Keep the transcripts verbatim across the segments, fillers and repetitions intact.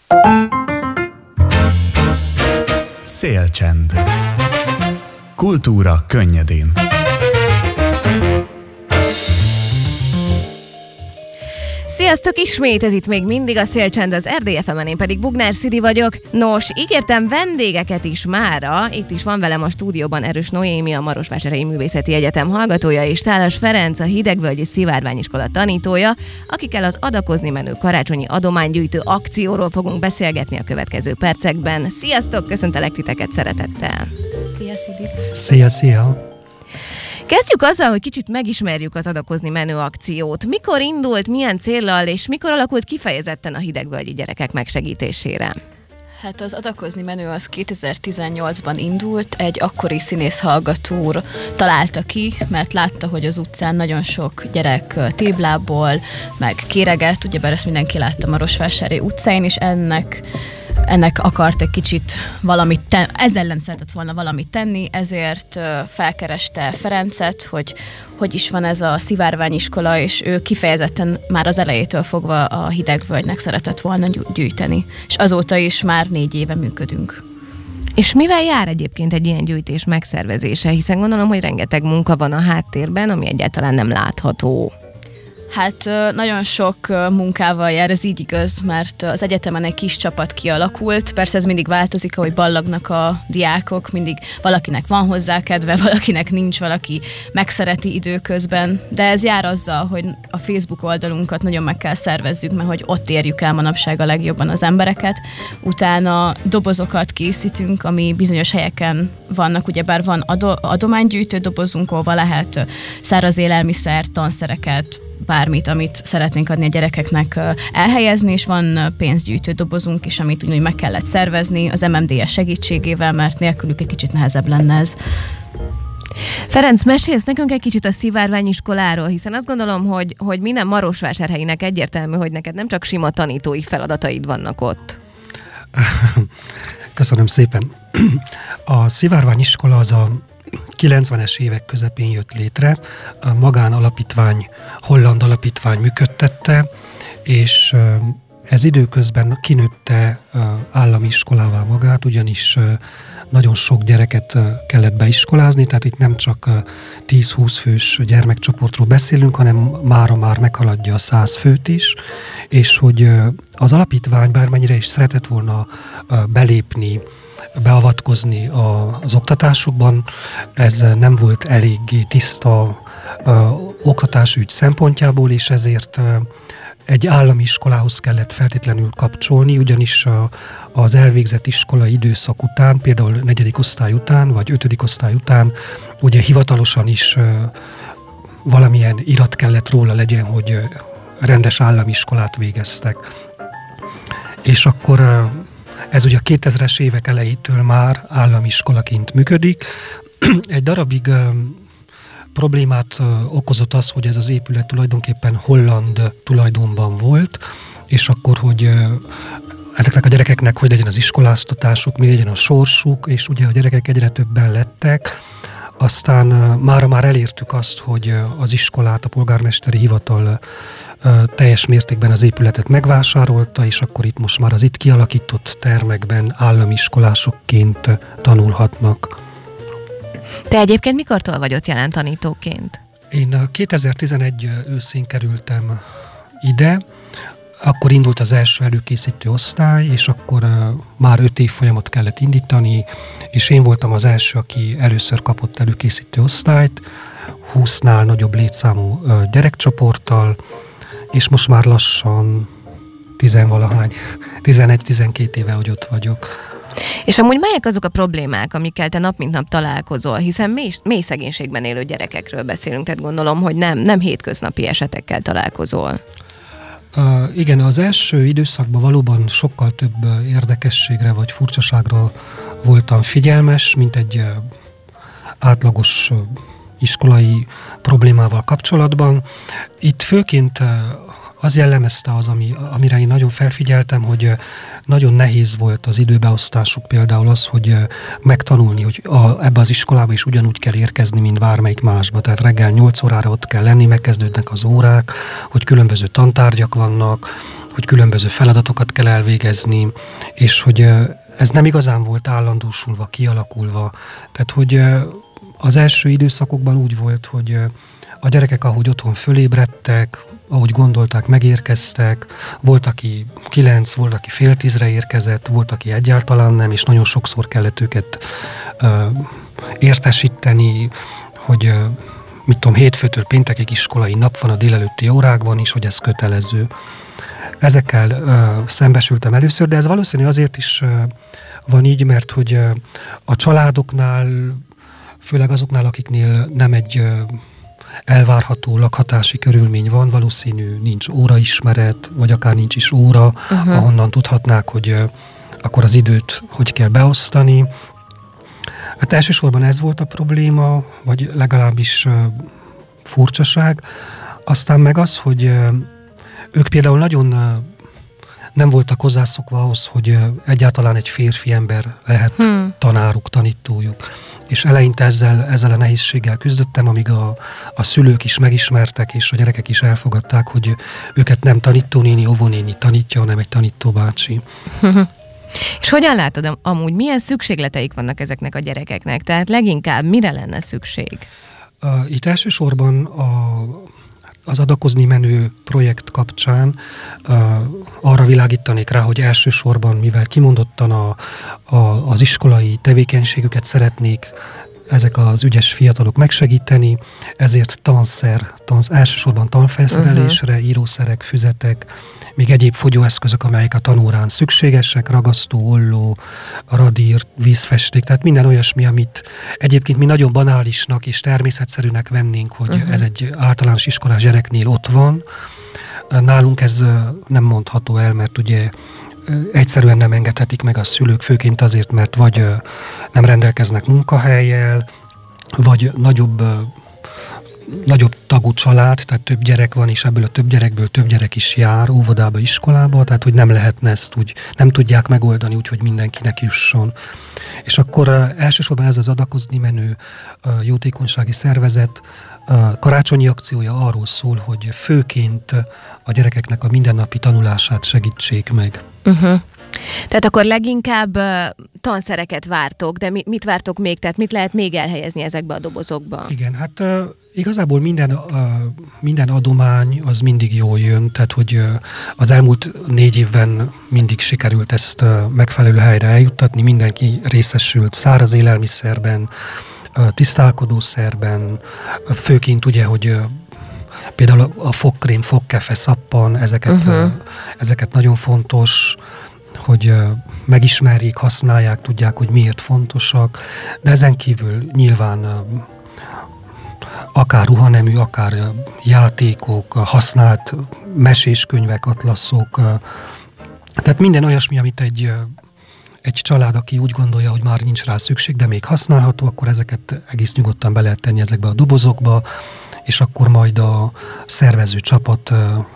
Szélcsend. Kultúra könnyedén. Sziasztok ismét, ez itt még mindig a Szélcsend, az er dé ef em-en, én pedig Bugnár Szidi vagyok. Nos, ígértem vendégeket is mára, itt is van velem a stúdióban Erős Noémi, a Marosvásárhelyi Művészeti Egyetem hallgatója, és Tálas Ferenc, a Hidegvölgyi Szivárványiskola tanítója, akikkel az adakozni menő karácsonyi adománygyűjtő akcióról fogunk beszélgetni a következő percekben. Sziasztok, köszöntelek titeket szeretettel! Szia, Szidi! Szia, szia! Kezdjük azzal, hogy kicsit megismerjük az adakozni menő akciót. Mikor indult, milyen céllal, és mikor alakult kifejezetten a hidegvölgyi gyerekek megsegítésére? Hát az adakozni menő az kétezer-tizennyolcban indult, egy akkori színész hallgató találta ki, mert látta, hogy az utcán nagyon sok gyerek téblából, meg kéreget, ugyebár ezt mindenki látta Marosvásárhely utcáin, és ennek ennek akart egy kicsit valamit tenni, ezzel ellen szeretett volna valamit tenni, ezért felkereste Ferencet, hogy hogy is van ez a szivárványiskola, és ő kifejezetten már az elejétől fogva a hidegvölgynek szeretett volna gyűjteni. És azóta is már négy éve működünk. És mivel jár egyébként egy ilyen gyűjtés megszervezése? Hiszen gondolom, hogy rengeteg munka van a háttérben, ami egyáltalán nem látható. Hát nagyon sok munkával jár, ez így igaz, mert az egyetemen egy kis csapat kialakult, persze ez mindig változik, ahogy ballagnak a diákok, mindig valakinek van hozzá kedve, valakinek nincs, valaki megszereti időközben, de ez jár azzal, hogy a Facebook oldalunkat nagyon meg kell szervezzük, mert hogy ott érjük el manapság a legjobban az embereket, utána dobozokat készítünk, ami bizonyos helyeken vannak, ugyebár van ado- adománygyűjtő dobozunk, ahol lehet száraz élelmiszer, tanszereket, bármit, amit szeretnénk adni a gyerekeknek elhelyezni, és van pénzgyűjtő dobozunk is, amit úgy meg kellett szervezni az em em dé es segítségével, mert nélkülük egy kicsit nehezebb lenne ez. Ferenc, mesélsz nekünk egy kicsit a szivárványiskoláról, hiszen azt gondolom, hogy, hogy minden marosvásárhelyinek egyértelmű, hogy neked nem csak sima tanítói feladataid vannak ott. Köszönöm szépen. A szivárványiskola az a kilencvenes évek közepén jött létre, a magánalapítvány, holland alapítvány működtette, és ez időközben kinőtte állami iskolává magát, ugyanis nagyon sok gyereket kellett beiskolázni, tehát itt nem csak tíz-húsz fős gyermekcsoportról beszélünk, hanem mára már meghaladja a száz főt is, és hogy az alapítvány bármennyire is szeretett volna belépni, beavatkozni az oktatásukban, ez nem volt eléggé tiszta ö, oktatásügy szempontjából, és ezért ö, egy állami iskolához kellett feltétlenül kapcsolni, ugyanis a, az elvégzett iskolai időszak után, például negyedik osztály után, vagy ötödik osztály után, ugye hivatalosan is ö, valamilyen irat kellett róla legyen, hogy ö, rendes állami iskolát végeztek. És akkor ö, ez ugye a kétezres évek elejétől már állami iskolaként működik. Egy darabig uh, problémát uh, okozott az, hogy ez az épület tulajdonképpen holland tulajdonban volt, és akkor, hogy uh, ezeknek a gyerekeknek hogy legyen az iskoláztatásuk, mi legyen a sorsuk, és ugye a gyerekek egyre többen lettek. Aztán uh, mára már elértük azt, hogy uh, az iskolát, a polgármesteri hivatal uh, teljes mértékben az épületet megvásárolta, és akkor itt most már az itt kialakított termekben állami iskolásokként tanulhatnak. Te egyébként mikortól vagy ott jelen tanítóként? Én kétezer-tizenegy őszén kerültem ide, akkor indult az első előkészítő osztály, és akkor uh, már öt évfolyamot kellett indítani, és én voltam az első, aki először kapott előkészítő osztályt, húsznál nagyobb létszámú uh, gyerekcsoporttal, és most már lassan tizenvalahány, tizenegy-tizenkét éve, hogy ott vagyok. És amúgy melyek azok a problémák, amikkel te nap mint nap találkozol? Hiszen mély, mély szegénységben élő gyerekekről beszélünk, tehát gondolom, hogy nem, nem hétköznapi esetekkel találkozol. Uh, igen, az első időszakban valóban sokkal több érdekességre vagy furcsaságra voltam figyelmes, mint egy uh, átlagos uh, iskolai problémával kapcsolatban. Itt főként uh, az jellemezte az, ami, amire én nagyon felfigyeltem, hogy nagyon nehéz volt az időbeosztásuk, például az, hogy megtanulni, hogy a, ebbe az iskolába is ugyanúgy kell érkezni, mint bármelyik másba. Tehát reggel nyolc órára ott kell lenni, megkezdődnek az órák, hogy különböző tantárgyak vannak, hogy különböző feladatokat kell elvégezni, és hogy ez nem igazán volt állandósulva, kialakulva. Tehát, hogy az első időszakokban úgy volt, hogy a gyerekek, ahogy otthon fölébredtek, ahogy gondolták, megérkeztek, volt, aki kilenc, volt, aki fél tízre érkezett, volt, aki egyáltalán nem, és nagyon sokszor kellett őket ö, értesíteni, hogy ö, mit tudom, hétfőtől péntekig iskolai nap van a délelőtti órákban is, hogy ez kötelező. Ezekkel ö, szembesültem először, de ez valószínű azért is ö, van így, mert hogy ö, a családoknál, főleg azoknál, akiknél nem egy ö, elvárható lakhatási körülmény van, valószínű nincs óraismeret, vagy akár nincs is óra, uh-huh. ahonnan tudhatnák, hogy uh, akkor az időt hogy kell beosztani. Hát elsősorban ez volt a probléma, vagy legalábbis uh, furcsaság. Aztán meg az, hogy uh, ők például nagyon uh, nem voltak hozzászokva ahhoz, hogy uh, egyáltalán egy férfi ember lehet hmm. tanáruk, tanítójuk. És eleinte ezzel, ezzel a nehézséggel küzdöttem, amíg a, a szülők is megismertek, és a gyerekek is elfogadták, hogy őket nem tanítónéni, óvónéni tanítja, hanem egy tanítóbácsi. És hogyan látod amúgy, milyen szükségleteik vannak ezeknek a gyerekeknek? Tehát leginkább mire lenne szükség? Itt elsősorban a, az adakozni menő projekt kapcsán arra világítanék rá, hogy elsősorban, mivel kimondottan a, a, az iskolai tevékenységüket szeretnék ezek az ügyes fiatalok megsegíteni, ezért tanszer, tansz, elsősorban tanfelszerelésre, uh-huh. írószerek, füzetek, még egyéb fogyóeszközök, amelyek a tanórán szükségesek, ragasztó, olló, radír, vízfesték, tehát minden olyasmi, amit egyébként mi nagyon banálisnak és természetszerűnek vennénk, hogy uh-huh. ez egy általános iskolás gyereknél ott van. Nálunk ez nem mondható el, mert ugye egyszerűen nem engedhetik meg a szülők, főként azért, mert vagy nem rendelkeznek munkahellyel, vagy nagyobb, nagyobb tagú család, tehát több gyerek van, és ebből a több gyerekből több gyerek is jár óvodába, iskolába, tehát hogy nem lehetne ezt úgy, nem tudják megoldani úgy, hogy mindenkinek jusson. És akkor elsősorban ez az adakozni menő jótékonysági szervezet karácsonyi akciója arról szól, hogy főként a gyerekeknek a mindennapi tanulását segítsék meg. Uh-huh. Tehát akkor leginkább uh, tanszereket vártok, de mi, mit vártok még? Tehát mit lehet még elhelyezni ezekbe a dobozokba? Igen, hát uh, igazából minden, uh, minden adomány az mindig jól jön, tehát hogy uh, az elmúlt négy évben mindig sikerült ezt uh, megfelelő helyre eljuttatni, mindenki részesült száraz élelmiszerben, uh, tisztálkodószerben, uh, főként ugye, hogy uh, például a fogkrém, fogkefe, szappan, ezeket, uh-huh. uh, ezeket nagyon fontos, hogy uh, megismerjék, használják, tudják, hogy miért fontosak, de ezen kívül nyilván uh, akár ruhanemű, akár uh, játékok, uh, használt meséskönyvek, atlaszok, uh, tehát minden olyasmi, amit egy, uh, egy család, aki úgy gondolja, hogy már nincs rá szükség, de még használható, akkor ezeket egész nyugodtan be lehet tenni ezekbe a dobozokba, és akkor majd a szervező csapat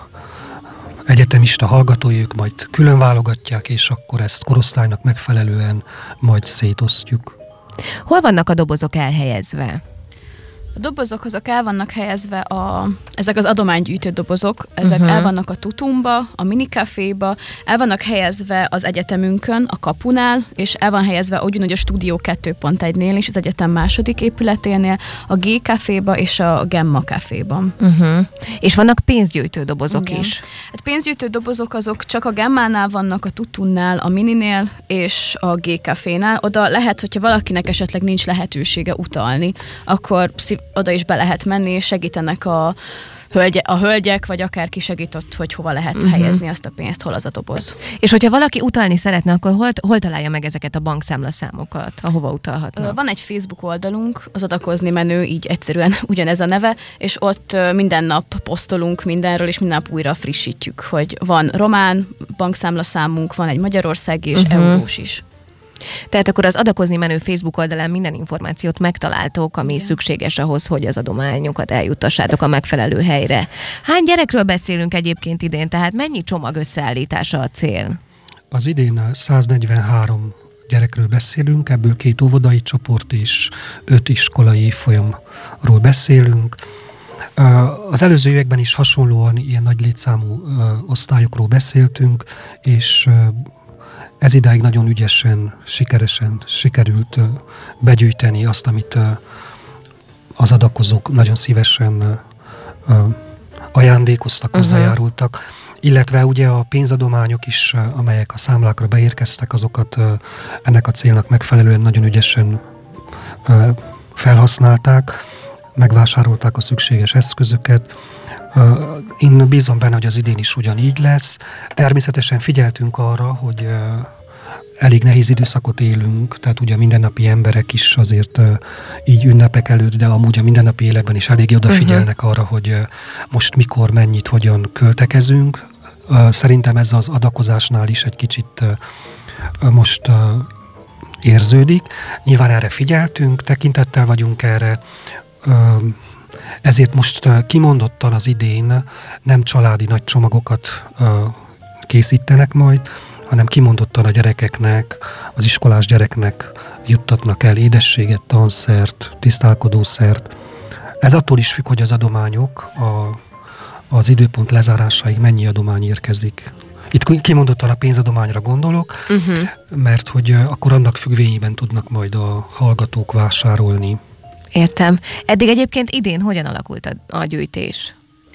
egyetemista hallgatójuk majd külön válogatják, és akkor ezt korosztálynak megfelelően majd szétosztjuk. Hol vannak a dobozok elhelyezve? A dobozok azok el vannak helyezve, a, ezek az adománygyűjtő dobozok, ezek uh-huh. el vannak a Tutumba, a minikaféba, el vannak helyezve az egyetemünkön, a kapunál, és el van helyezve ugyanúgy a Stúdió kettő pont egynél is, az egyetem második épületénél, a G-kaféba és a Gemma kaféban. Uh-huh. És vannak pénzgyűjtő dobozok Igen. is? Hát pénzgyűjtő dobozok azok csak a Gemmánál vannak, a Tutunnál, a Mininél és a G-kafénál. Oda lehet, hogyha valakinek esetleg nincs lehetősége utalni, akkor oda is be lehet menni, és segítenek a, hölgye, a hölgyek, vagy akárki segített, hogy hova lehet uh-huh. helyezni azt a pénzt, hol az a doboz. És hogyha valaki utalni szeretne, akkor hol, hol találja meg ezeket a bankszámlaszámokat, ahova utalhatna? Van egy Facebook oldalunk, az adakozni menő, így egyszerűen ugyanez a neve, és ott minden nap posztolunk mindenről, és minden nap újra frissítjük, hogy van román bankszámlaszámunk, van egy magyarországi és uh-huh. eurós is. Tehát akkor az adakozni menő Facebook oldalán minden információt megtaláltok, ami Igen. szükséges ahhoz, hogy az adományokat eljuttassátok a megfelelő helyre. Hány gyerekről beszélünk egyébként idén, tehát mennyi csomag összeállítása a cél? Az idén száznegyvenhárom gyerekről beszélünk, ebből két óvodai csoport és öt iskolai évfolyamról beszélünk. Az előző években is hasonlóan ilyen nagy létszámú osztályokról beszéltünk, és ez idáig nagyon ügyesen, sikeresen sikerült begyűjteni azt, amit az adakozók nagyon szívesen ajándékoztak, uh-huh. hozzájárultak, illetve ugye a pénzadományok is, amelyek a számlákra beérkeztek, azokat ennek a célnak megfelelően nagyon ügyesen felhasználták, megvásárolták a szükséges eszközöket. Én bízom benne, hogy az idén is ugyanígy lesz. Természetesen figyeltünk arra, hogy elég nehéz időszakot élünk, tehát ugye a mindennapi emberek is azért így ünnepek előtt, de amúgy a mindennapi életben is eléggé odafigyelnek uh-huh. arra, hogy most mikor, mennyit, hogyan költekezünk. Szerintem ez az adakozásnál is egy kicsit most érződik. Nyilván erre figyeltünk, tekintettel vagyunk erre, ezért most kimondottan az idén nem családi nagy csomagokat készítenek majd, hanem kimondottan a gyerekeknek, az iskolás gyereknek juttatnak el édességet, tanszert, tisztálkodószert. Ez attól is függ, hogy az adományok a, az időpont lezárásáig mennyi adomány érkezik. Itt kimondottan a pénzadományra gondolok, uh-huh. mert hogy akkor annak függvényében tudnak majd a hallgatók vásárolni. Értem. Eddig egyébként idén hogyan alakult a, a gyűjtés?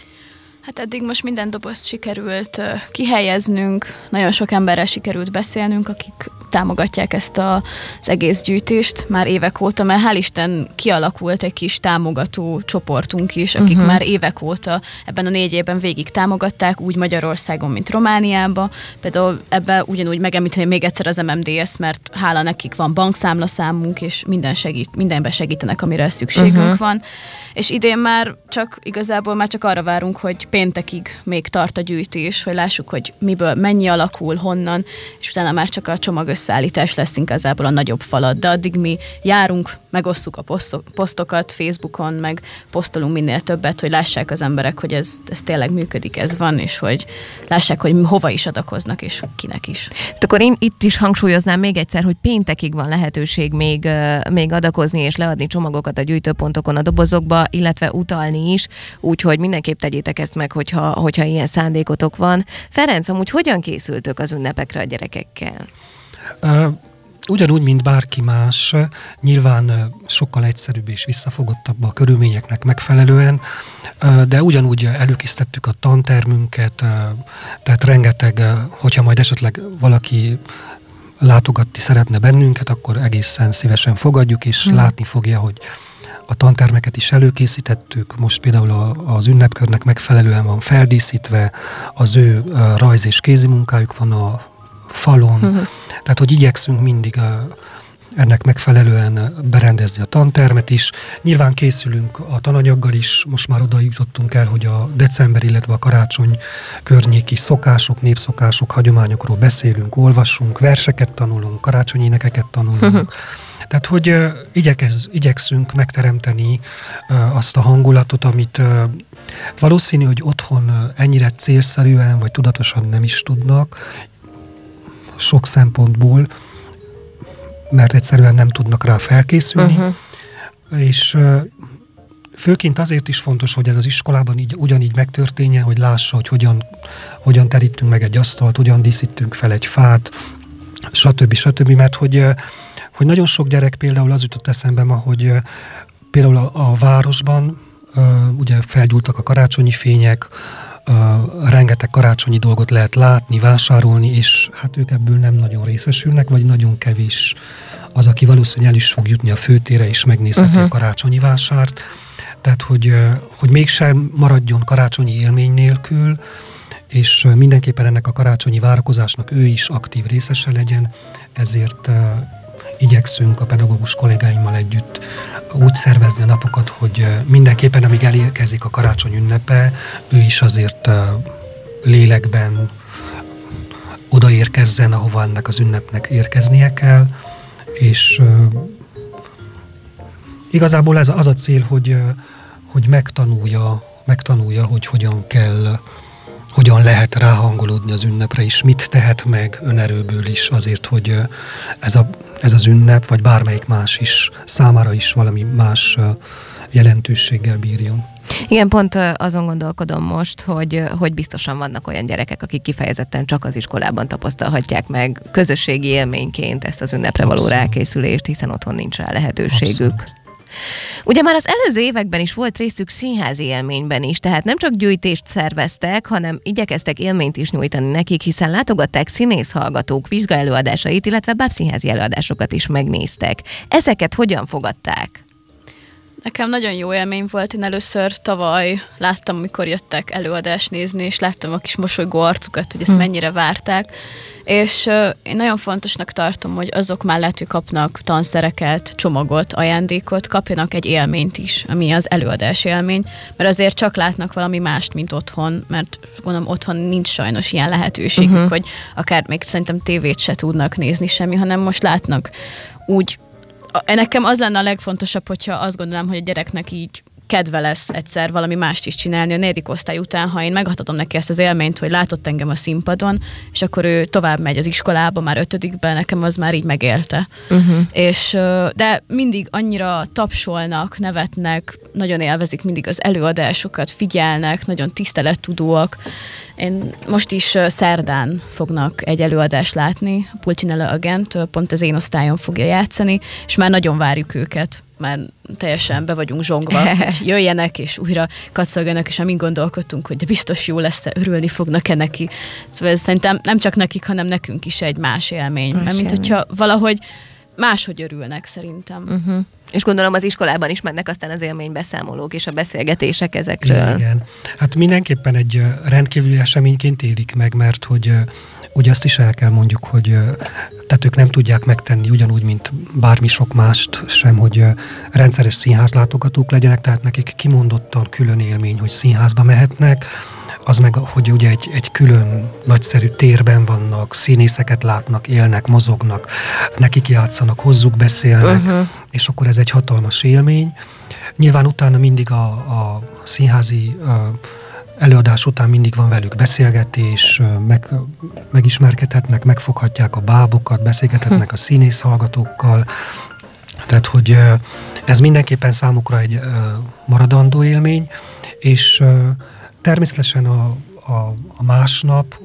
Hát eddig most minden dobozt sikerült uh, kihelyeznünk, nagyon sok emberrel sikerült beszélnünk, akik támogatják ezt a, az egész gyűjtést már évek óta, mert hál' Isten kialakult egy kis támogató csoportunk is, akik uh-huh. már évek óta ebben a négy évben végig támogatták, úgy Magyarországon, mint Romániában. Például ebben ugyanúgy megemlíteni még egyszer az em em dé es, mert hála nekik van bankszámlaszámunk, és minden segít, mindenben segítenek, amire szükségünk uh-huh. van. És idén már csak igazából már csak arra várunk, hogy péntekig még tart a gyűjtés, hogy lássuk, hogy miből mennyi alakul, honnan, és utána már csak a csomag összeállítás lesz igazából a nagyobb falat. De addig mi járunk, megosszuk a posztokat Facebookon, meg posztolunk minél többet, hogy lássák az emberek, hogy ez, ez tényleg működik, ez van, és hogy lássák, hogy hova is adakoznak, és kinek is. Hát akkor én itt is hangsúlyoznám még egyszer, hogy péntekig van lehetőség még, még adakozni és leadni csomagokat a gyűjtőpontokon, a dobozokba, illetve utalni is, úgyhogy mindenképp tegyétek ezt meg, hogyha, hogyha ilyen szándékotok van. Ferenc, amúgy hogyan készültök az ünnepekre a gyerekekkel? Uh, ugyanúgy, mint bárki más, nyilván sokkal egyszerűbb és visszafogottabb a körülményeknek megfelelően, uh, de ugyanúgy előkészítettük a tantermünket, uh, tehát rengeteg, uh, hogyha majd esetleg valaki látogatni szeretne bennünket, akkor egészen szívesen fogadjuk, és hmm. látni fogja, hogy a tantermeket is előkészítettük, most például a, az ünnepkörnek megfelelően van feldíszítve, az ő a rajz és kézimunkájuk van a falon, uh-huh. tehát hogy igyekszünk mindig a, ennek megfelelően berendezni a tantermet is. Nyilván készülünk a tananyaggal is, most már oda jutottunk el, hogy a december, illetve a karácsony környéki szokások, népszokások, hagyományokról beszélünk, olvasunk, verseket tanulunk, karácsonyi énekeket tanulunk, uh-huh. Tehát, hogy uh, igyekez, igyekszünk megteremteni uh, azt a hangulatot, amit uh, valószínű, hogy otthon uh, ennyire célszerűen vagy tudatosan nem is tudnak, sok szempontból, mert egyszerűen nem tudnak rá felkészülni, uh-huh. és uh, főként azért is fontos, hogy ez az iskolában így, ugyanígy megtörténjen, hogy lássa, hogy hogyan, hogyan terítünk meg egy asztalt, hogyan díszítünk fel egy fát, stb. stb. Mert hogy uh, hogy nagyon sok gyerek például az jutott eszembe ma, hogy uh, például a, a városban uh, ugye felgyúltak a karácsonyi fények, uh, rengeteg karácsonyi dolgot lehet látni, vásárolni, és hát ők ebből nem nagyon részesülnek, vagy nagyon kevés az, aki valószínűleg el is fog jutni a főtérre, és megnézheti uh-huh. a karácsonyi vásárt. Tehát, hogy, uh, hogy mégsem maradjon karácsonyi élmény nélkül, és uh, mindenképpen ennek a karácsonyi várakozásnak ő is aktív részese legyen, ezért uh, igyekszünk a pedagógus kollégáimmal együtt úgy szervezni a napokat, hogy mindenképpen, amíg elérkezik a karácsony ünnepe, ő is azért lélekben odaérkezzen, ahova ennek az ünnepnek érkeznie kell, és igazából ez az a cél, hogy, hogy megtanulja, megtanulja, hogy hogyan kell, hogyan lehet ráhangolódni az ünnepre, és mit tehet meg önerőből is azért, hogy ez, a, ez az ünnep, vagy bármelyik más is, számára is valami más jelentőséggel bírjon. Igen, pont azon gondolkodom most, hogy, hogy biztosan vannak olyan gyerekek, akik kifejezetten csak az iskolában tapasztalhatják meg közösségi élményként ezt az ünnepre való Abszolút. rákészülést, hiszen otthon nincs rá lehetőségük. Abszolút. Ugye már az előző években is volt részük színházi élményben is, tehát nem csak gyűjtést szerveztek, hanem igyekeztek élményt is nyújtani nekik, hiszen látogatták színészhallgatók vizsgaelőadásait, illetve bábszínházi előadásokat is megnéztek. Ezeket hogyan fogadták? Nekem nagyon jó élmény volt. Én először tavaly láttam, amikor jöttek előadást nézni, és láttam a kis mosolygó arcukat, hogy ezt hm. mennyire várták. És uh, én nagyon fontosnak tartom, hogy azok mellett, hogy kapnak tanszereket, csomagot, ajándékot, kapjanak egy élményt is, ami az előadás élmény, mert azért csak látnak valami mást, mint otthon, mert gondolom otthon nincs sajnos ilyen lehetőségük, uh-huh. hogy akár még szerintem tévét se tudnak nézni semmi, hanem most látnak úgy. Nekem az lenne a legfontosabb, hogyha azt gondolom, hogy a gyereknek így kedve lesz egyszer valami mást is csinálni a negyedik osztály után, ha én megadhatom neki ezt az élményt, hogy látott engem a színpadon, és akkor ő tovább megy az iskolába, már ötödikben, nekem az már így megérte. Uh-huh. És, de mindig annyira tapsolnak, nevetnek, nagyon élvezik mindig az előadásokat, figyelnek, nagyon tisztelettudóak. Én most is szerdán fognak egy előadást látni, a Pulcinella Agent, pont az én osztályon fogja játszani, és már nagyon várjuk őket. Már teljesen be vagyunk zsongva, hogy jöjjenek, és újra kacagjanak, és amint gondolkodtunk, hogy de biztos jó lesz, örülni fognak-e neki. Szóval ez szerintem nem csak nekik, hanem nekünk is egy más élmény. Más Mert mint élmény. Hogyha valahogy máshogy örülnek szerintem. Uh-huh. És gondolom az iskolában is mennek aztán az élménybeszámolók és a beszélgetések ezekről. Igen. Hát mindenképpen egy rendkívüli eseményként élik meg, mert hogy ugye azt is el kell mondjuk, hogy tehát ők nem tudják megtenni ugyanúgy, mint bármi sok mást sem, hogy rendszeres színházlátogatók legyenek, tehát nekik kimondottan külön élmény, hogy színházba mehetnek, az meg, hogy ugye egy, egy külön nagyszerű térben vannak, színészeket látnak, élnek, mozognak, nekik játszanak, hozzuk beszélnek, uh-huh. és akkor ez egy hatalmas élmény. Nyilván utána mindig a, a színházi a előadás után mindig van velük beszélgetés, meg, megismerkedhetnek, megfoghatják a bábokat, beszélgethetnek a színész hallgatókkal, tehát hogy ez mindenképpen számukra egy maradandó élmény, és természetesen a, a, a másnap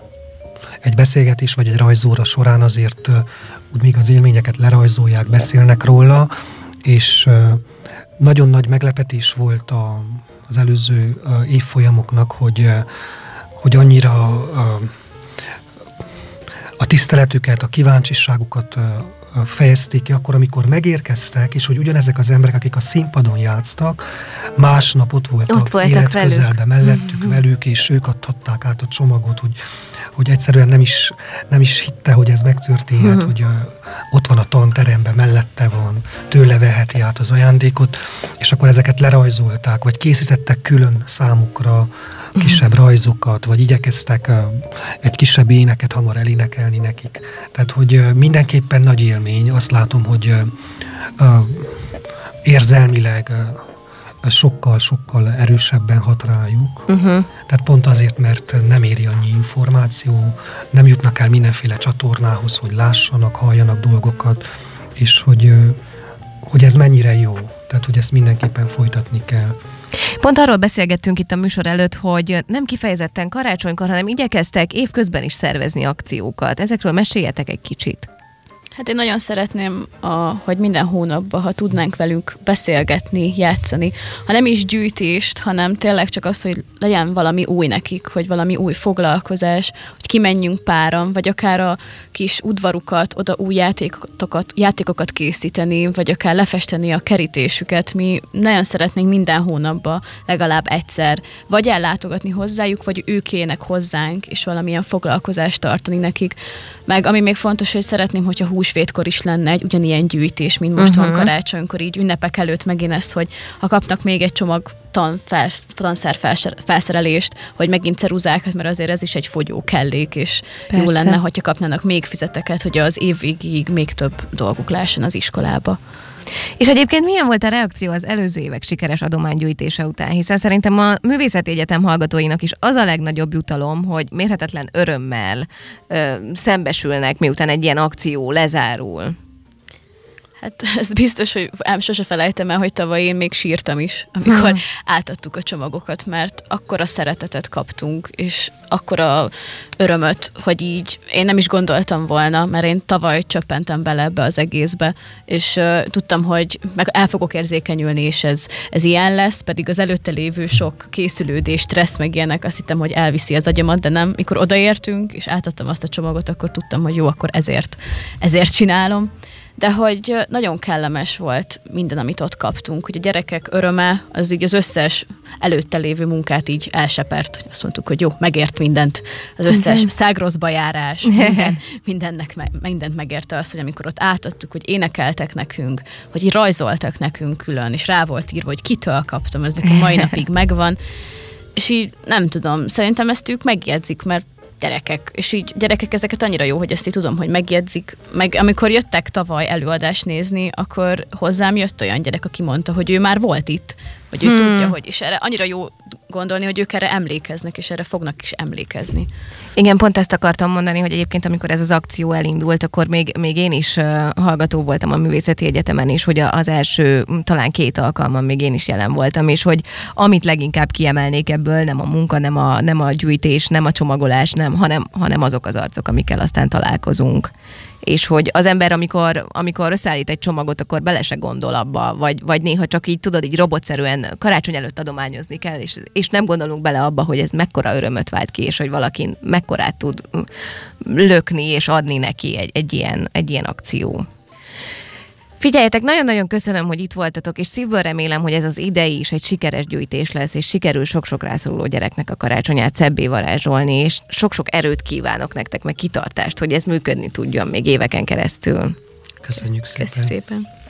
egy beszélgetés vagy egy rajzóra során azért úgy még az élményeket lerajzolják, beszélnek róla, és nagyon nagy meglepetés volt a, az előző évfolyamoknak, hogy, hogy annyira a, a tiszteletüket, a kíváncsiságukat fejezték ki akkor, amikor megérkeztek, és hogy ugyanezek az emberek, akik a színpadon játsztak, másnap ott voltak, ott voltak életközelben, mellettük mm-hmm. velük, és ők adhatták át a csomagot, hogy, hogy egyszerűen nem is, nem is hitte, hogy ez megtörténhet, mm-hmm. hogy uh, ott van a tanteremben, mellette van, tőle veheti át az ajándékot, és akkor ezeket lerajzolták, vagy készítettek külön számukra kisebb rajzokat, vagy igyekeztek uh, egy kisebb éneket hamar elénekelni nekik. Tehát, hogy uh, mindenképpen nagy élmény. Azt látom, hogy uh, uh, érzelmileg uh, sokkal-sokkal erősebben hat rájuk. Uh-huh. Tehát pont azért, mert nem éri annyi információ, nem jutnak el mindenféle csatornához, hogy lássanak, halljanak dolgokat, és hogy, uh, hogy ez mennyire jó. Tehát, hogy ezt mindenképpen folytatni kell. Pont arról beszélgettünk itt a műsor előtt, hogy nem kifejezetten karácsonykor, hanem igyekeztek évközben is szervezni akciókat. Ezekről meséljetek egy kicsit. Hát én nagyon szeretném, a, hogy minden hónapban, ha tudnánk velünk beszélgetni, játszani, ha nem is gyűjtést, hanem tényleg csak az, hogy legyen valami új nekik, hogy valami új foglalkozás, hogy kimenjünk páran, vagy akár a kis udvarukat, oda új játékokat, játékokat készíteni, vagy akár lefesteni a kerítésüket. Mi nagyon szeretnénk minden hónapban legalább egyszer, vagy ellátogatni hozzájuk, vagy ők ének hozzánk, és valamilyen foglalkozást tartani nekik. Meg ami még fontos, hogy szeretném, hogyha húsvétkor is lenne egy ugyanilyen gyűjtés, mint most uh-huh. van karácsonykor, így ünnepek előtt megint ez, hogy ha kapnak még egy csomag tanfel, tanszer felszerelést, hogy megint ceruzákat, mert azért ez is egy fogyó kellék, és persze. Jó lenne, hogyha kapnának még füzeteket, hogy az év végéig még több dolguk lásson az iskolába. És egyébként milyen volt a reakció az előző évek sikeres adománygyűjtése után? Hiszen szerintem a Művészeti Egyetem hallgatóinak is az a legnagyobb jutalom, hogy mérhetetlen örömmel ö, szembesülnek, miután egy ilyen akció lezárul. Hát ez biztos, hogy ám sose felejtem el, hogy tavaly én még sírtam is, amikor hmm. átadtuk a csomagokat, mert akkora szeretetet kaptunk, és akkora örömöt, hogy így én nem is gondoltam volna, mert én tavaly csöppentem bele ebbe az egészbe, és uh, tudtam, hogy meg el fogok érzékenyülni, és ez, ez ilyen lesz, pedig az előtte lévő sok készülődés, stressz meg ilyenek, azt hittem, hogy elviszi az agyamat, de nem. Mikor odaértünk, és átadtam azt a csomagot, akkor tudtam, hogy jó, akkor ezért, ezért csinálom. De hogy nagyon kellemes volt minden, amit ott kaptunk, hogy a gyerekek öröme, az így az összes előtte lévő munkát így elsepert. Azt mondtuk, hogy jó, megért mindent, az összes uh-huh. szágroszba járás, minden, mindennek, mindent megérte az, hogy amikor ott átadtuk, hogy énekeltek nekünk, hogy így rajzoltak nekünk külön, és rá volt írva, hogy kitől kaptam, ez nekem mai napig megvan, és így nem tudom, szerintem ezt ők megjegyzik, mert gyerekek, és így gyerekek ezeket annyira jó, hogy ezt így tudom, hogy megjegyzik, meg amikor jöttek tavaly előadást nézni, akkor hozzám jött olyan gyerek, aki mondta, hogy ő már volt itt, hogy ő hmm. tudja, hogy, és erre annyira jó gondolni, hogy ők erre emlékeznek, és erre fognak is emlékezni. Igen, pont ezt akartam mondani, hogy egyébként amikor ez az akció elindult, akkor még, még én is uh, hallgató voltam a Művészeti Egyetemen is, hogy az első talán két alkalman még én is jelen voltam, és hogy amit leginkább kiemelnék ebből, nem a munka, nem a, nem a gyűjtés, nem a csomagolás, nem, hanem, hanem azok az arcok, amikkel aztán találkozunk. És hogy az ember, amikor, amikor összeállít egy csomagot, akkor bele se gondol abba, vagy, vagy néha csak így tudod, így robotszerűen karácsony előtt adományozni kell, és, és nem gondolunk bele abba, hogy ez mekkora örömöt vált ki, és hogy valaki mekkorát tud lökni és adni neki egy, egy, ilyen, egy ilyen akció. Figyeljetek, nagyon-nagyon köszönöm, hogy itt voltatok, és szívből remélem, hogy ez az idei is egy sikeres gyűjtés lesz, és sikerül sok-sok rászoruló gyereknek a karácsonyát szebbé varázsolni, és sok-sok erőt kívánok nektek, meg kitartást, hogy ez működni tudjon még éveken keresztül. Köszönjük szépen. Köszönjük szépen.